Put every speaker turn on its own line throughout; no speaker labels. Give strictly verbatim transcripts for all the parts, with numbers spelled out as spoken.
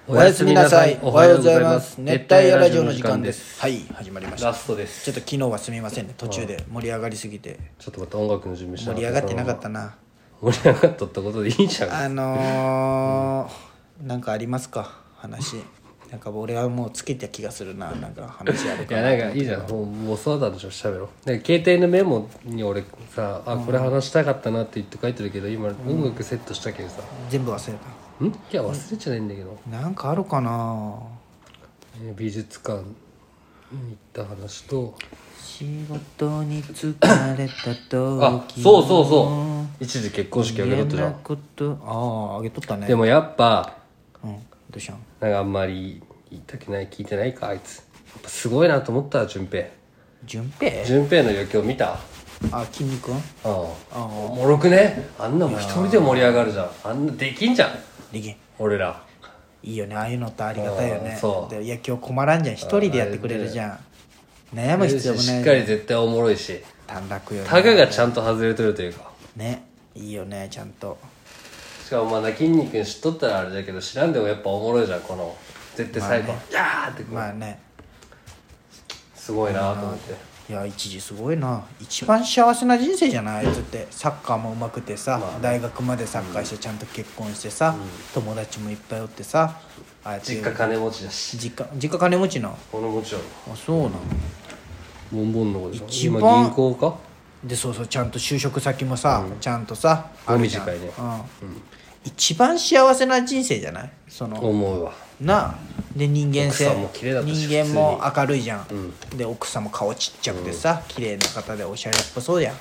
おやすみなさい。おはようございます。熱帯夜ラジオの時間です。はい、始まりました。
ラストです。
ちょっと昨日はすみませんね、途中で盛り上がりすぎて。
ちょっとまた音楽の準備して
盛り上がってなかったな。
盛り上がっとったことでいいじゃん。
あのー、なんかありますか話。なんか俺はもうつけた気がするな。なんか話あるかな。
いやなんかいいじゃん。もうもうそうだとしゃべろう。なんか携帯のメモに俺さ、あこれ話したかったなって言って書いてるけど、今音楽セットしたけどさ。
全部忘れた。
ん？いや忘れちゃないんだけど。
なんかあるかな。
えー美術館に行った話と。
仕事に疲れた時
あ、そうそうそう。一時結婚式あげとったじゃん。
ことあああげとったね。
でもやっぱ、
うん、どうしたん？
なんかあんまり言いたくない聞いてないかあいつ。やっぱすごいなと思った順平。
順平？
順平の余興見た？
あ、筋肉？
ああおもろくね。あんなもん一人で盛り上がるじゃん。あんなできんじゃん。
できん。
俺ら
いいよね、ああいうのってありがたいよね。
そう
でいや今日困らんじゃん、一人でやってくれるじゃん。悩む必要もない。
しっかり絶対おもろいし、
短絡よね。
タガがちゃんと外れとるというか
ね、いいよねちゃんと。
しかもまだ筋肉知っとったらあれだけど、知らんでもやっぱおもろいじゃん。この絶対最後、まあね、やーってこう、
まあね、
すごいなと思って。
いや一時すごいな。一番幸せな人生じゃないあいつって。サッカーも上手くてさ、まあね、大学までサッカーしてちゃんと結婚してさ、うん、友達もいっぱいおってさ、
あいつ実家金持ちだし。
実家実家金持ちな。
金持ちやろ。
あ、そうなの。
ボンボンの子でしょ。
一番
今銀行か
で、そうそう、ちゃんと就職先もさ、うん、ちゃんとさ
あるじゃん。短いね、
うんうん、一番幸せな人生じゃないその。
思うわ
なあ。で人間性、
も綺麗だったし、
人間も明るいじゃん、
うん、
で奥さんも顔ちっちゃくてさ、うん、綺麗な方でおしゃれっぽそうじゃん。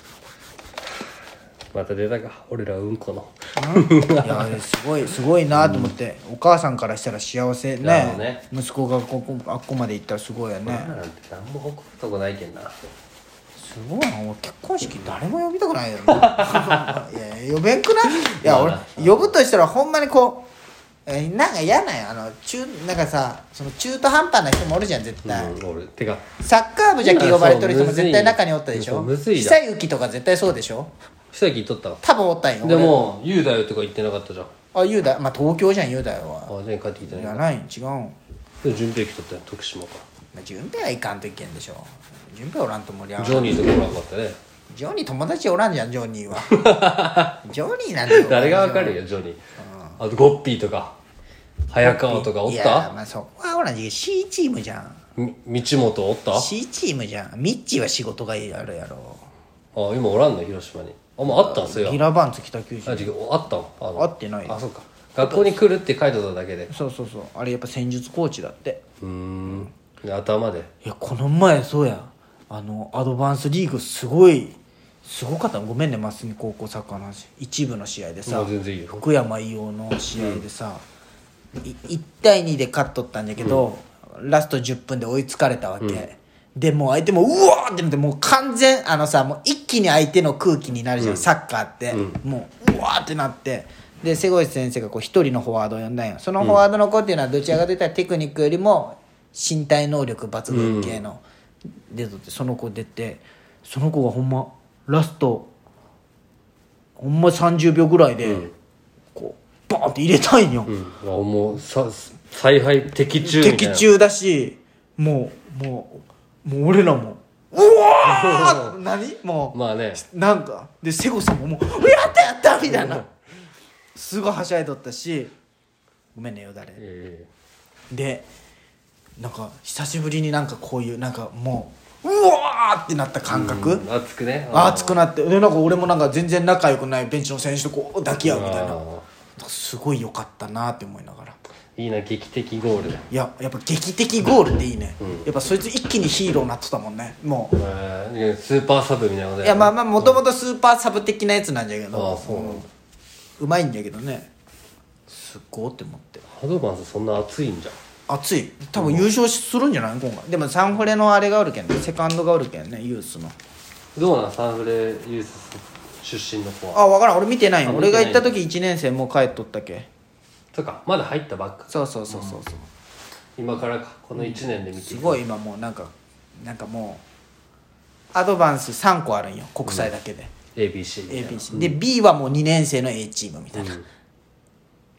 また出たか俺らうんこの、
うん、いやすごいすごいなと思って、うん、お母さんからしたら幸せ ね, ね息子がここあっこまで行ったらすごいよね。
なんて何も誇るとこないけんな。
すごいな。俺結婚式誰も呼びたくないよいや呼べんくない？いや俺呼ぶとしたらほんまにこうえなんか嫌なんよ。あの中なんかさ、その中途半端な人もおるじゃん絶対、
うん、俺てか
サッカー部じゃけ呼ばれとる人も絶対中におったでしょ。久幸とか絶対そうでしょ。
久幸とった
多分おったんよ。
でも雄大よとか言ってなかったじゃん。
あ、雄大、まあ東京じゃん雄大は。
あ、じゃあ帰ってきてない。
いやない違うん
で順平来とったよ徳島か。
順平はいかんといけんでしょ。順平おらんと盛り上がる。
ジョニーとかおらんかったね。
ジョニー友達おらんじゃんジョニーはジョニーなんて
誰がわかるよジョニー、うん、あとゴッピーとか早川とかおった。い
やまあそこはほら C チームじゃん。
み道本おった。
C チームじゃん。ミッチーは仕事があるやろ。
あ今おらんの広島に。あもうあったんすよ。
ギラバンツ北九州
ああったんあ
のあってない。
あそうか学校に来るって書いてただけで。
そうそうそう、あれやっぱ戦術コーチだって。
うーんで頭で。
いやこの前そうやあのアドバンスリーグすごいすごかった。ごめんね真澄高校サッカーの話。一部の試合でさ、
全然いいよ。
福山伊王の試合でさ、うん、いち対にで勝っとったんだけど、うん、ラストじゅっぷんで追いつかれたわけ、うん、でもう相手もうわーってなってもう完全あのさもう一気に相手の空気になるじゃん、うん、サッカーって、うん、もううわーってなってで瀬越先生がこう一人のフォワードを呼んだんよ。そのフォワードの子っていうのはどちらかといったらテクニックよりも身体能力抜群系の、うん、出とってその子出てその子がほんまラストほんまさんじゅうびょうぐらいで、うん、こうバーンって入れたいんよ、うん、
あもうさ采配的中みたいな。
的中だしもうもうもう俺らもうわー何もう
まあね
なんかで瀬越さんももうやったやったみたいなすごいはしゃいとったしごめんねよだれ、えー、でなんか久しぶりになんかこういうなんかもううわーってなった感覚、
うん、熱くね
熱くなってでなんか俺もなんか全然仲良くないベンチの選手とこう抱き合うみたいなすごい良かったなって思いながら。
いいな劇的ゴール。
いややっぱ劇的ゴールっていいね、うん、やっぱそいつ一気にヒーローになってたもんねもう、
えー、スーパーサブみたいなことや。
いやまあまあもともとスーパーサブ的なやつなんじゃけど、
あそうなんだ、
うん、うまいんだけどねすっごーって思って。
アドバンスそんな熱いんじゃん。
熱い多分優勝するんじゃない今回。でもサンフレのあれがあるけんねセカンドがあるけんねユースの。
どうなんサンフレユース出身の子は。
あ分からん俺見てないよ。俺が行った時いちねん生もう帰っとったっけ。
そうかまだ入ったばっか。
そうそうそうそうそう、うん、
今からかこのいちねんで見て、
うん、すごい今もうなんかなんかもうアドバンスさんこあるんよ国際だけで、
うん、エービーシー みたいな
エービーシー、うん、で B はもうにねん生の A チームみたいな、うん、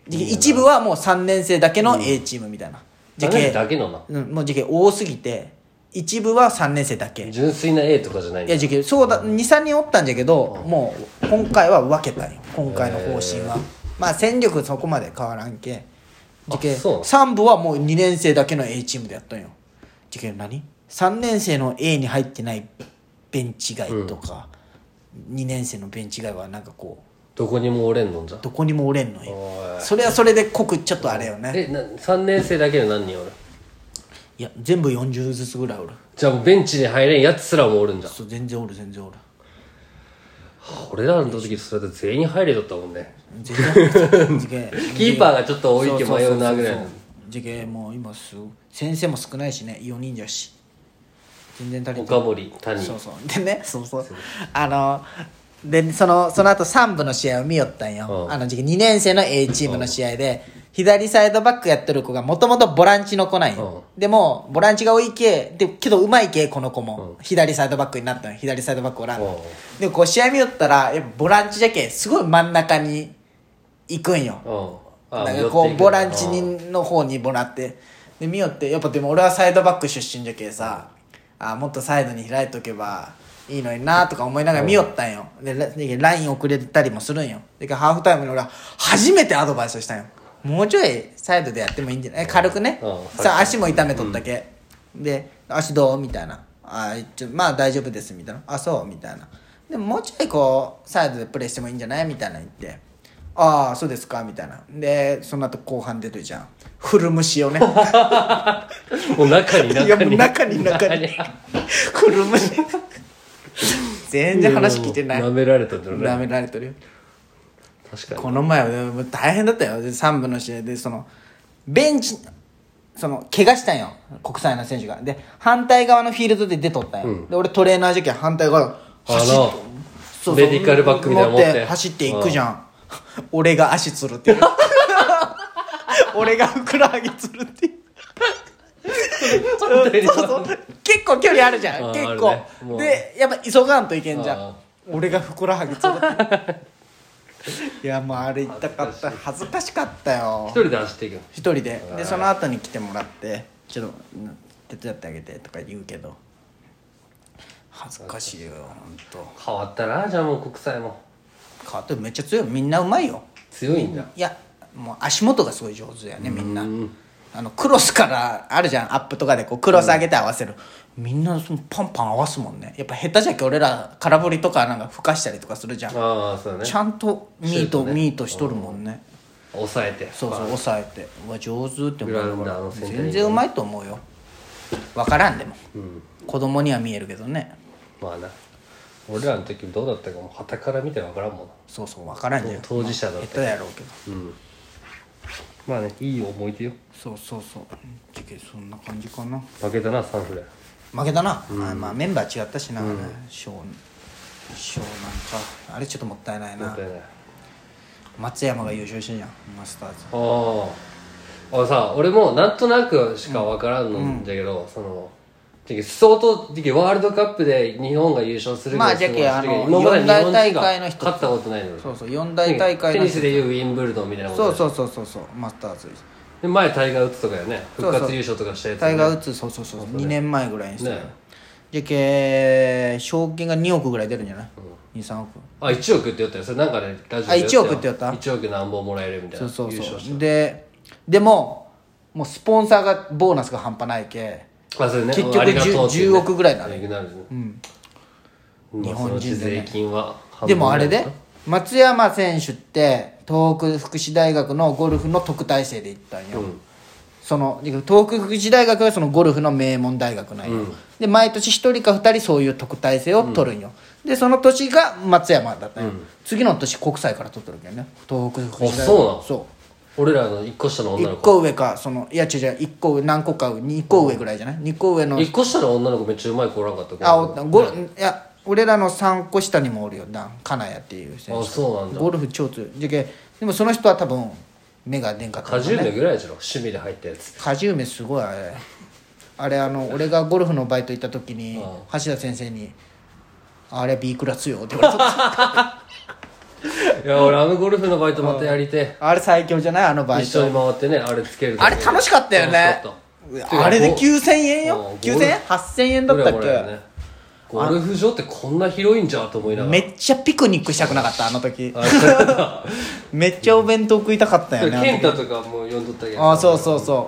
じゃけ一部はもうさんねん生だけの A チームみたいな、じゃ
さんねん
け
生だけのな
うん、もうじゃけ多すぎて一部はさんねん生だけ。い
純粋な A とかじゃないんだ
やじゃけそうだにさんにんおったんじゃけど、もう今回は分けたんよ今回の方針は。まあ戦力そこまで変わらんけ、じゃけ
あそうなの
さん部はもうにねん生だけの A チームでやったんよ。じゃけ何さんねん生の A に入ってないベンチ外とか、にねん生のベンチ外はなんかこう
どこにもおれんのんじゃ
どこにもおれんのよ。
おい
それはそれで濃くちょっとあれよね。
えなさんねん生だけで何人おる？
いや全部よんじゅうずつぐらいおる。
じゃあもうベンチに入れんやつすらもおるんじゃん。
そう全然おる全然おる。
俺らの時それで全員入れとったもんね。
全然
キーパーがちょっと多いけ迷うなぐらいの。
次元もう今すごい先生も少ないしねよにんじゃし全然足りて
岡森谷
そうそうでねそうそうあのでそのその後さん部の試合を見よったんよ、
うん
あの時期にねん生の A チームの試合で、左サイドバックやってる子がもともとボランチの子なんよ、でもボランチが多いけでけどうまいけこの子も、左サイドバックになったの左サイドバックおらんの、でこう試合見よったらやっぱボランチじゃけすごい真ん中に行くんよ、
うんあ
なんかこうボランチにの方にもらってで見よってやっぱでも俺はサイドバック出身じゃけさあもっとサイドに開いとけばいいのになとか思いながら見よったんよでラでライン遅れたりもするんよでハーフタイムに俺は初めてアドバイスをしたんよもうちょいサイドでやってもいいんじゃない軽くね
うん
さあ足も痛めとったけ、で足どうみたいなあちょまあ大丈夫ですみたいなあそうみたいなでももうちょいこうサイドでプレーしてもいいんじゃないみたいな言ってああそうですかみたいなでその後後半出てるじゃん古虫をね
もう中に
いやもう
中に
中に中に古虫全然話聞いてない
舐められたんだろうね
舐められてるよ
確かに
この前はもう大変だったよでさん部の試合でそのベンチその怪我したんよ国際の選手がで反対側のフィールドで出とったんよ、うん、で俺トレーナーじゃけん反対側走ってそう
そうメディカルバッグみたいなの持って
走っていくじゃん俺が足つるっていう俺がふくらはぎつるっていうそうそう結構距離あるじゃん結構、ね、でやっぱ急がんといけんじゃん俺がふくらはぎつるっていやもうあれ痛かった恥ずかしかったよ
一人で走っていくの
一人ででその後に来てもらってちょっと手伝ってあげてとか言うけど恥ずかしいよほんと
変わったなじゃあもう国際も
変わってめっちゃ強いみんなうまいよ
強いんだ
いやもう足元がすごい上手やねみんなあのクロスからあるじゃんアップとかでこうクロス上げて合わせる、うん、みんなそのパンパン合わすもんねやっぱ下手じゃけ俺ら空振りとかなんかふかしたりとかするじゃん
あそう、ね、
ちゃんとミート、ね、ミートしとるもんね
抑えて
そうそう抑えてうわ上手って思うから
全
全然うまいと思うよ分からんでも、
うん、
子供には見えるけどね
まあな俺らの時どうだったかも傍から見て分からんもん
そうそう分からんじゃん
当事者だった、
まあ、下手やろうけど、
うん、まあねいい思い出よ
そうそうそうそんな感じかな
負けたなサンフレ
負けたな、
うん、
あまあメンバー違ったしな、
うん、
ショーショーなんかあれちょっともったいないな
もったいない
松山が優勝したじゃんマスターズ
ああさ俺もなんとなくしか分からんのんじゃけど、うん、その相当ワールドカップで日本が優勝するぐらいすごい
まあじゃけあの四大大会の一つ
勝ったことないの
そうそう四大大会の
テニスでいうウィンブルドンみたいな
そうそうそうそうそうマスターズ
で前タイガー・ウッズとかよね復活優勝とかしたやつ、ね、
タイガー・ウッズそうそうそうにねんまえぐらいにしたよ、ね、じゃけ賞金がにおくぐらい出るんじゃない、うん、にさんおく
あいちおくって言ったよそれなんかねラジオ
であいちおくって言った
いちおく何本もらえるみたいな
そうそうそうででももうスポンサーがボーナスが半端ないけ
あそれ、ね、
結局 10, じゅうおくぐらいになる、
ね
うん、
日本人で、ね、税金は
でもあれで松山選手って東北福祉大学のゴルフの特待生で行ったんよ、うん、その東北福祉大学はそのゴルフの名門大学なんよ、うん、で毎年ひとりかふたりそういう特待生を取るんよ、うん、でその年が松山だったんよ、うん、次の年国際から取ってるけどね東北福祉大学
あそうなの
そう
俺らのいっこ下の女の子
いっこ上かそのいや違う違ういっこ上何個かにこ上ぐらいじゃないにこ上の
いっこ下の女の子めっちゃうまい子おらんかった
あおご、ね、いや俺らのさんこ下にもおるよな金谷っていう選手
あそうなんだ
ゴルフ超強いじゃけでもその人は多分目が出んかった、ね、
果樹梅ぐらいじゃろ趣味で入ったやつ
果樹梅すごいあれあれあの俺がゴルフのバイト行った時に橋田先生に「あれ B クラスよ」って言われた
いや俺あのゴルフのバイトまたやりて
あれ最強じゃないあのバイト。
一緒に回ってねあれつけると
あれ楽しかったよね。あれできゅうせんえんよ。きゅうせんえん はっせんえんだったっけ、
ね、ゴルフ場ってこんな広いんじゃと思いながら
めっちゃピクニックしたくなかったあの時めっちゃお弁当食いたかったよね。
ケンタとかも呼んどったけど、
あそうそうそう、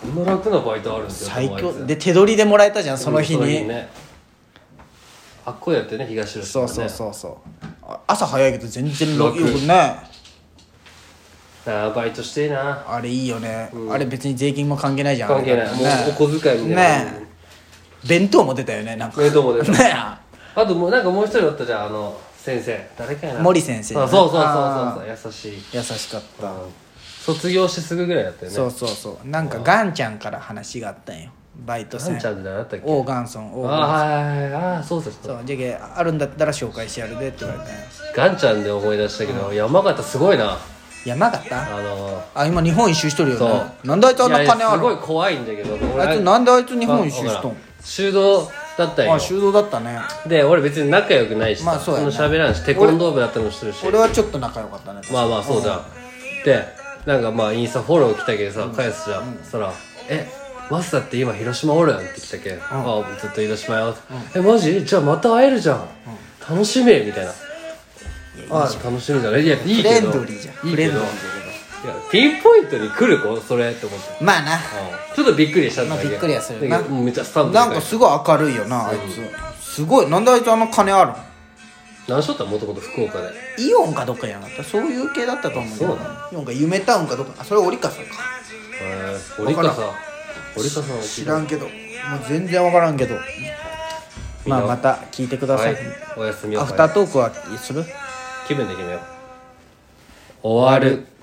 こんな楽なバイトあるんですよ。
最強で手取りでもらえたじゃんその日に、
うん、ね、あっこやってね東吉
島ね。そうそうそうそう朝早いけど全然楽よくね。
ああバイトしていいな
あれいいよね、うん、あれ別に税金も関係ないじゃん。
関係ない、ね、もうお小遣いみたいな
ね。弁当も出たよねなんか。
弁当も出た
ね。
あともうなんかもう一人おったじゃんあの先生誰かやな
森先生、ね、
そうそうそうそうそう優しい
優しかった、うん、
卒業してすぐぐらいだったよね。
そうそうそうなんかガンちゃんから話があったんよバイト先。
ガンちゃんって何だったっけ。
オーガンソン。
オーガンソンあはいはいはいあそうそう
そうじゃけあるんだったら紹介してやるでって言われたんよ。
ガンちゃんで思い出したけど、うん、山形すごいな。
山形あ
のー、
あ今日本一周しとるよね。なんであいつあんな金あるの。
すごい怖いんだけど
あいつなんであいつ日本一周しとん。
修道だったよ。
あ修道だったね。
で俺別に仲良くないし
まあそうやね、
その喋らんしテコンドー部だったのもしてるし
俺はちょっと仲良かったね。
まあまあそうじゃん、うん、でなんかまあインスタフォロー来たけどさ、うん、返すじゃん、うん、そしたら「えマスターって今広島おるやん」って来たけ、うん、ああずっと広島よ、うん、えマジじゃあまた会えるじゃん、うん、楽しめみたいな。ああ楽しみだね。いやいいけど
フレンドリーじゃん。
いいけどいやピンポイントに来る子それって思って。
まあな、うん、
ちょっとびっくりしたんだけど、
まあ、びっくりはするな。
めっちゃスタンプ
なんかすごい明るいよなあいつ、うん、すごいなんであいつあんな金あるの。
何しとったもともと福岡で
イオンかどっかじゃなかったそういう系だったと思うけど。イオンか夢タウンかどっか。あそれ折笠か。へ
え折笠折笠は
知らんけどもう全然分からんけどまあまた聞いてください、はい、
おやすみ。
アフタートークはする
気分で決めよう。終わる。